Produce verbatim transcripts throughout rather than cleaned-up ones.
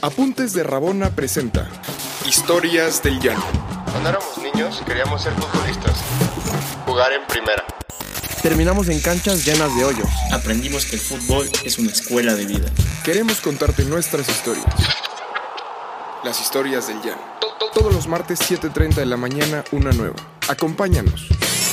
Apuntes de Rabona presenta Historias del Llano. Cuando éramos niños queríamos ser futbolistas, jugar en primera. Terminamos en canchas llenas de hoyos. Aprendimos que el fútbol es una escuela de vida. Queremos contarte nuestras historias. Las historias del Llano. Todos los martes siete treinta de la mañana, una nueva. Acompáñanos.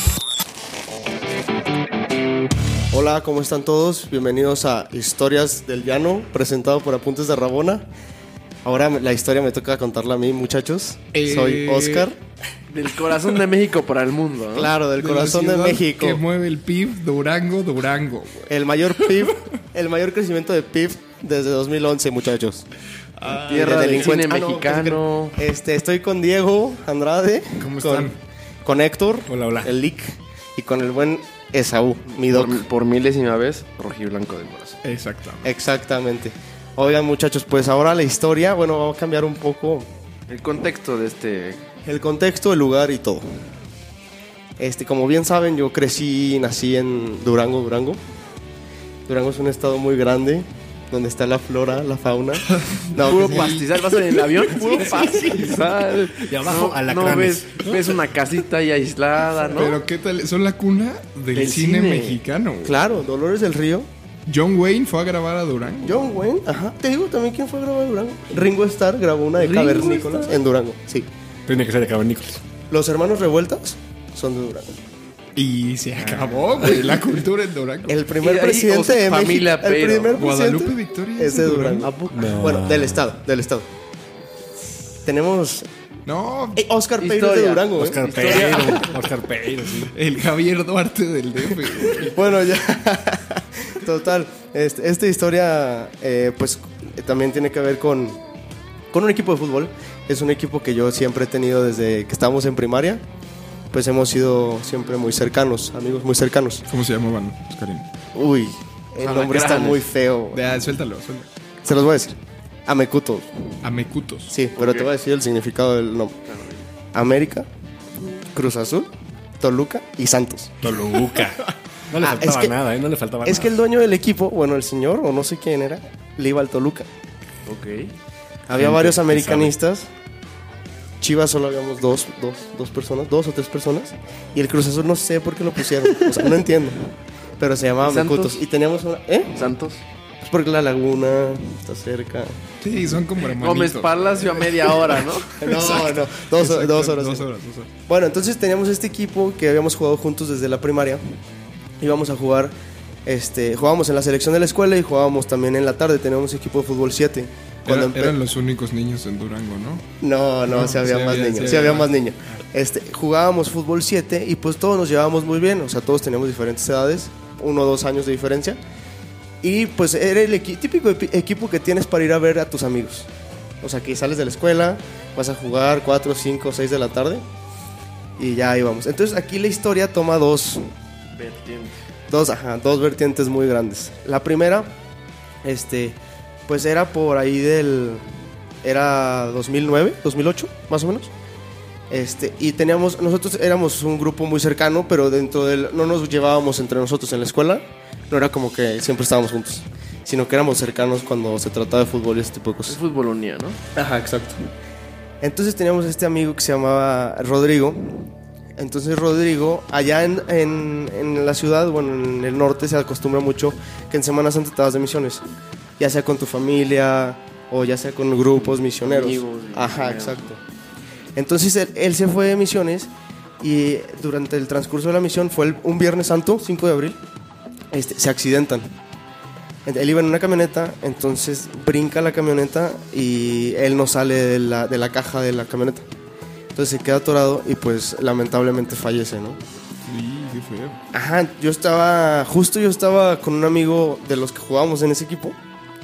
Hola, ¿cómo están todos? Bienvenidos a Historias del Llano, presentado por Apuntes de Rabona. Ahora la historia me toca contarla a mí, muchachos. Eh... Soy Oscar. Del corazón de México para el mundo, ¿no? Claro, del de corazón de México. Que mueve el P I B, Durango, Durango. Güey. El mayor P I B, el mayor crecimiento de P I B desde dos mil once, muchachos. Ah, Tierra de del cine ah, no, mexicano. Este, estoy con Diego Andrade. ¿Cómo con, están? Con Héctor. Hola, hola. El Lick. Y con el buen Esaú, mi doc. Por, por milésima vez, rojiblanco del corazón. Exactamente. Exactamente. Oigan, muchachos, pues ahora la historia, bueno, vamos a cambiar un poco el contexto de este... el contexto, el lugar y todo. Este, como bien saben, yo crecí y nací en Durango, Durango. Durango es un estado muy grande, donde está la flora, la fauna. No, puro sí. Pastizal, vas en el avión, puro pastizal. Y abajo no, alacranes. No ves, ves una casita ahí aislada, ¿no? Pero ¿qué tal? Son la cuna del, del cine, cine mexicano. Güey. Claro, Dolores del Río. John Wayne fue a grabar a Durango. John Wayne, ajá. Te digo también quién fue a grabar a Durango. Ringo Starr grabó una de Cavernícolas en Durango, sí. Tiene que ser de Cavernícolas. Los hermanos Revueltas son de Durango. Y se acabó, güey, la cultura en Durango. El primer presidente de México, el primer Guadalupe Victoria es de Durango. No. Bueno, del estado, del estado. Tenemos no, eh, Oscar Peiro de Durango, ¿eh? Oscar Peiro, Oscar Peiro, sí. El Javier Duarte del D F. Bueno, ya. Total, este, esta historia eh, pues también tiene que ver con, con un equipo de fútbol. Es un equipo que yo siempre he tenido desde que estábamos en primaria. Pues hemos sido siempre muy cercanos, amigos muy cercanos. ¿Cómo se llamaban, Oscarín? Uy, el ah, nombre está muy feo. Ya, suéltalo, suéltalo. Se los voy a decir. Amecutos. Amecutos. Sí, pero okay. Te voy a decir el significado del nombre. América, Cruz Azul, Toluca y Santos. Toluca. No le ah, faltaba es que, nada, ¿eh? No le faltaba es nada. Es que el dueño del equipo, bueno, el señor, o no sé quién era, le iba al Toluca. Ok. Había Gente, varios americanistas. Chivas solo habíamos dos, dos, dos personas, dos o tres personas. Y el Cruz Azul no sé por qué lo pusieron. O sea, no entiendo. Pero se llamaba Mecutos. Y teníamos una... ¿Eh? ¿Santos? Pues porque la laguna está cerca. Sí, son como hermanitos. Gómez Palacio a media hora, ¿no? no, Exacto. no. Dos, Exacto. dos horas. Dos sí. horas, dos horas. Bueno, entonces teníamos este equipo que habíamos jugado juntos desde la primaria. Íbamos a jugar... Este, jugábamos en la selección de la escuela y jugábamos también en la tarde. Teníamos equipo de fútbol siete. Era, empe- eran los únicos niños en Durango, ¿no? No, no, no sí había sí más había, niños, sí, sí había, había más niños. Este, jugábamos fútbol siete y pues todos nos llevábamos muy bien, o sea, todos teníamos diferentes edades, uno o dos años de diferencia. Y pues era el equi- típico epi- equipo que tienes para ir a ver a tus amigos. O sea, que sales de la escuela, vas a jugar cuatro, cinco, seis de la tarde y ya íbamos. Entonces aquí la historia toma dos vertientes. Dos, ajá, dos vertientes muy grandes. La primera, este... pues era por ahí del... Era dos mil nueve, dos mil ocho, más o menos. Este, y teníamos... Nosotros éramos un grupo muy cercano, pero dentro del... No nos llevábamos entre nosotros en la escuela. No era como que siempre estábamos juntos. Sino que éramos cercanos cuando se trataba de fútbol y ese tipo de cosas. El fútbol unía, ¿no? Ajá, exacto. Entonces teníamos este amigo que se llamaba Rodrigo. Entonces Rodrigo, allá en, en, en la ciudad, bueno, en el norte se acostumbra mucho que en Semana Santa te vas de misiones. Ya sea con tu familia o ya sea con grupos misioneros. Amigos, Ajá, misioneros. Exacto. Entonces él, él se fue de misiones y durante el transcurso de la misión, fue el, un Viernes Santo, cinco de abril, este, se accidentan. Él iba en una camioneta, entonces brinca la camioneta y él no sale de la, de la caja de la camioneta. Entonces se queda atorado y pues lamentablemente fallece, ¿no? Sí, qué feo. Ajá, yo estaba, justo yo estaba con un amigo de los que jugábamos en ese equipo.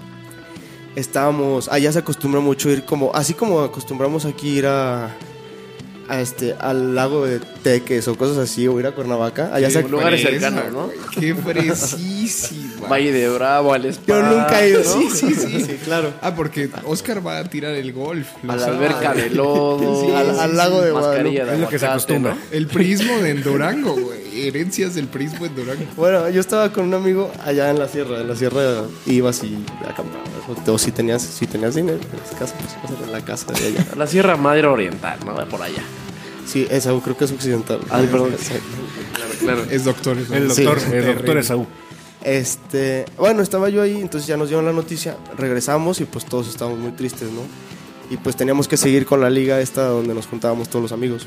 Estábamos, allá se acostumbra mucho ir como, así como acostumbramos aquí ir a, a este, al lago de Teques o cosas así, o ir a Cuernavaca. Allá sí, se lugares cercanos, ¿no? Qué fresísimo. Valle de Bravo, al spa. Yo nunca he ido. ¿no? Sí, sí, sí, sí, claro. Ah, porque Oscar va a tirar el golf. lo A la sabe. alberca de lodo. Sí, al- al lago de mascarilla Guadalupe. de Es lo que se aguacate, acostumbra. ¿no? El prismo de Durango, güey. Herencias del prismo en Durango. Bueno, yo estaba con un amigo allá en la sierra. En la sierra ibas y acampabas. O, o si tenías, si tenías dinero en esa casa, pues ibas a la casa de allá. La Sierra Madre Oriental, ¿no? De por allá. Sí, esa creo que es occidental. Ay, perdón. Sí. Claro. Es doctor. Es El Sí, doctor, sí, el doctor Esaú. Este, bueno, estaba yo ahí, entonces ya nos dieron la noticia, regresamos y pues todos estábamos muy tristes, ¿no? Y pues teníamos que seguir con la liga esta donde nos juntábamos todos los amigos.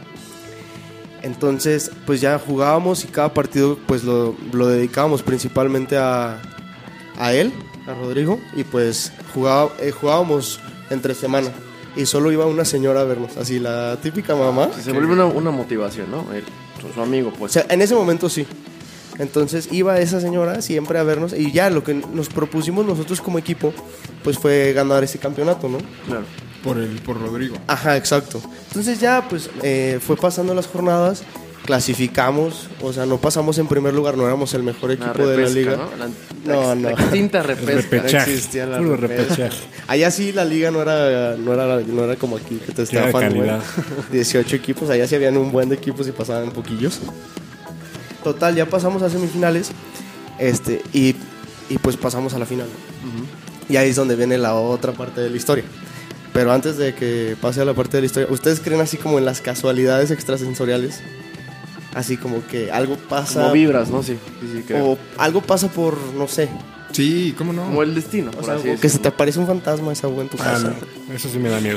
Entonces, pues ya jugábamos y cada partido pues lo, lo dedicábamos principalmente a, a él, a Rodrigo, y pues jugaba, eh, jugábamos entre semana. Y solo iba una señora a vernos, así la típica mamá. Se vuelve una, una motivación, ¿no? El- su, su amigo, O pues. sea, en ese momento sí. Entonces iba esa señora siempre a vernos y ya lo que nos propusimos nosotros como equipo pues fue ganar ese campeonato, ¿no? Claro. Por, el, por Rodrigo. Ajá, exacto. Entonces ya pues eh, fue pasando las jornadas, clasificamos, o sea, no pasamos en primer lugar, no éramos el mejor La equipo de la repesca, liga. ¿no? La, No, la, no. la extinta repesca. Repechaje. existía la Puro repesca. repechaje. Allá sí la liga no era, no era, no era como aquí, que te Que era de estaban calidad. dieciocho equipos, allá sí habían un buen de equipos y pasaban poquillos. Total, ya pasamos a semifinales este, y, y pues pasamos a la final. Y ahí es donde viene la otra parte de la historia. Pero antes de que pase a la parte de la historia, ¿ustedes creen así como en las casualidades extrasensoriales? Así como que algo pasa... Como vibras, ¿no? Sí, sí, sí, creo. O algo pasa por, no sé, Sí, ¿cómo no? Como el destino, o por sea, así o que decirlo. se te aparece un fantasma esa en tu Ah, casa. no. Eso sí me da miedo.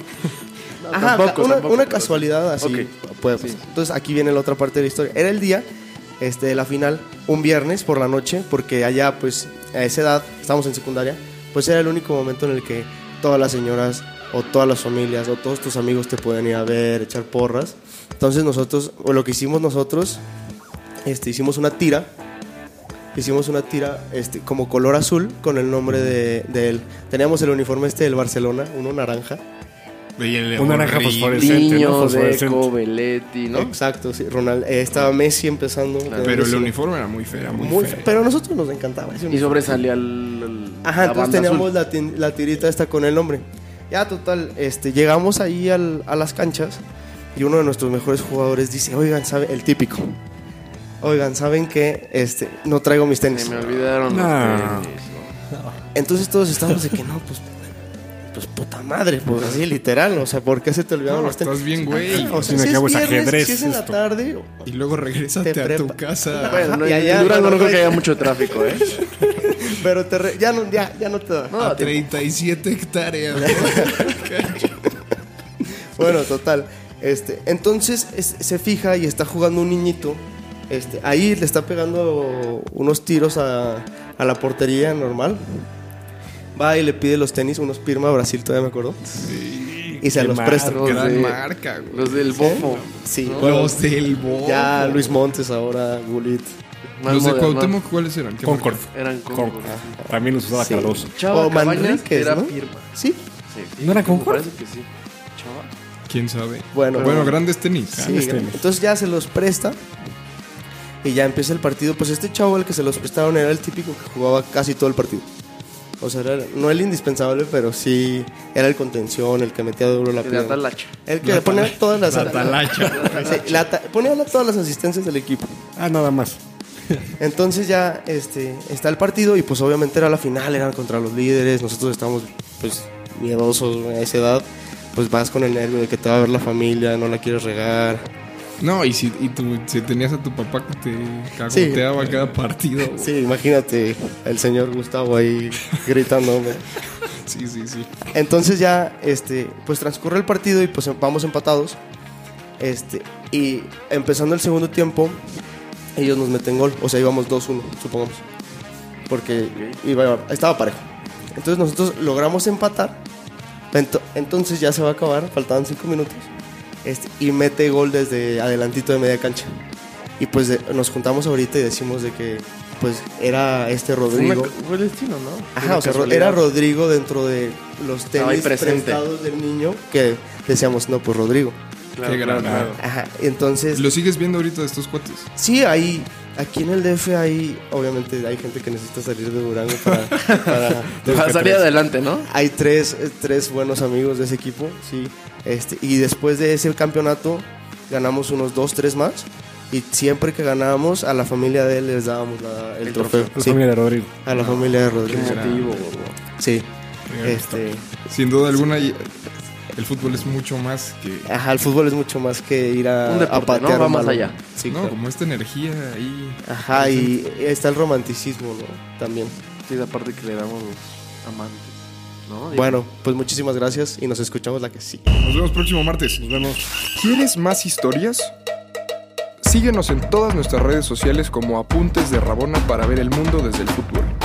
Ajá, tampoco, una, tampoco, una pero- casualidad así Ok. puede pasar. Entonces aquí viene la otra parte de la historia. Era el día este, de la final, un viernes por la noche, porque allá pues a esa edad, estábamos en secundaria, pues era el único momento en el que todas las señoras o todas las familias o todos tus amigos te pueden ir a ver, echar porras. Entonces nosotros, o lo que hicimos nosotros, este, hicimos una tira. Hicimos una tira este, como color azul con el nombre de, de él. Teníamos el uniforme este del Barcelona, uno naranja. Un naranja fosforescente, Niño, ¿no? Fosforescente. Deco, Belletti, ¿no? Exacto, sí. Ronald, eh, estaba Messi empezando. Claro. Pero el Messi. uniforme era muy feo. Era muy, Muy feo. fe- Pero a nosotros nos encantaba ese Y uniforme. sobresalía el, el- Ajá, la entonces banda teníamos azul. la, tin- la tirita esta con el nombre. Ya, total, este, llegamos ahí al- a las canchas y uno de nuestros mejores jugadores dice, oigan, ¿sabe? El típico. Oigan, ¿saben qué? Este, no traigo mis tenis. Se me olvidaron No. los tenis, Entonces todos estábamos de que no, pues, pues puta madre, pues así literal, o sea, ¿por qué se te olvidaron No, los tenis? estás bien, güey. O sea, Al fin y al si es cabo es viernes, ajedrez si es en la esto. tarde, Y luego regrésate Te a tu prepa- casa. Bueno, no, Y en allá, Durango no, no, no, creo que no. haya mucho tráfico, ¿eh? pero te re- ya, no, ya, ya no te da. No, a tiempo. treinta y siete hectáreas. Bueno, total. Este, entonces es- se fija y está jugando un niñito. Este, ahí le está pegando unos tiros a, a la portería normal. Va y le pide los tenis, unos Pirma Brasil, todavía me acuerdo. Y se Qué los mal. presta. Los Gran de- marca, güey. Los del Bofo. Sí, bueno, Los del Bo. ya Luis Montes ahora, Gulit. Más Los de modernos. Cuauhtémoc, ¿cuáles eran? ¿Qué Concord. marca? Eran Concord. Concord. También los usaba Sí. Cardoso. Chava O Cabañas Manríquez, era ¿no? Pirma. Sí, Sí. ¿No era Me Concord? parece que sí. Chava. ¿Quién sabe? bueno. Bueno, grandes tenis. Sí, Grandes tenis. entonces ya se los presta y ya empieza el partido. Pues este chavo, el que se los prestaron, era el típico que jugaba casi todo el partido. O sea, era, no el indispensable, pero sí era el contención, el que metía duro la De pierna. Atalacha. El que le ponía todas las La talacha. Sí, la ta- ponía la- todas las asistencias del equipo. Ah, nada más. Entonces ya este, está el partido y pues obviamente era la final, eran contra los líderes. Nosotros estábamos pues miedosos a esa edad. Pues vas con el nervio de que te va a ver la familia, no la quieres regar. No, y si, y tú, si tenías a tu papá que te cagoteaba cada partido. Sí, imagínate el señor Gustavo ahí gritándome. Sí, sí, sí. Entonces ya, este, pues transcurre el partido y pues vamos empatados. Este, y empezando el segundo tiempo, ellos nos meten gol. O sea, íbamos dos uno, supongamos. Porque iba, estaba parejo. Entonces nosotros logramos empatar. Ento- Entonces ya se va a acabar, faltaban cinco minutos. Este, y mete gol desde adelantito de media cancha. Y pues de- nos juntamos ahorita y decimos de que pues era este Fue, Rodrigo. una- fue el destino, ¿no? Fue Ajá, una o sea, Ro- casualidad. era Rodrigo dentro de los Estaba ahí tenis presente. prestados del niño que decíamos, no, pues Rodrigo. Claro, Qué gran- claro, claro. Ajá, y entonces, ¿Lo sigues viendo ahorita de estos cuates? sí, ahí, Aquí en el D F hay, obviamente, hay gente que necesita salir de Durango para... para, para salir adelante, ¿no? Hay tres, tres buenos amigos de ese equipo, sí. Este, y después de ese campeonato ganamos unos dos, tres más. Y siempre que ganábamos, a la familia de él les dábamos la, el, el trofeo. A la sí. familia de Rodrigo. A la familia de Rodrigo. Qué motivo, sí. Este, Sin duda alguna, y el fútbol es mucho más que... Ajá, el fútbol es mucho más que ir a, un deporte, a patear. ¿no? Va un más balón. allá. Sí, no, claro. como esta energía ahí. Ajá, y está el romanticismo, ¿no? También. Sí, la parte que le damos los amantes, ¿no? Bueno, pues muchísimas gracias y nos escuchamos la que sí. Nos vemos próximo martes. Nos vemos. ¿Quieres más historias? Síguenos en todas nuestras redes sociales como Apuntes de Rabona para ver el mundo desde el fútbol.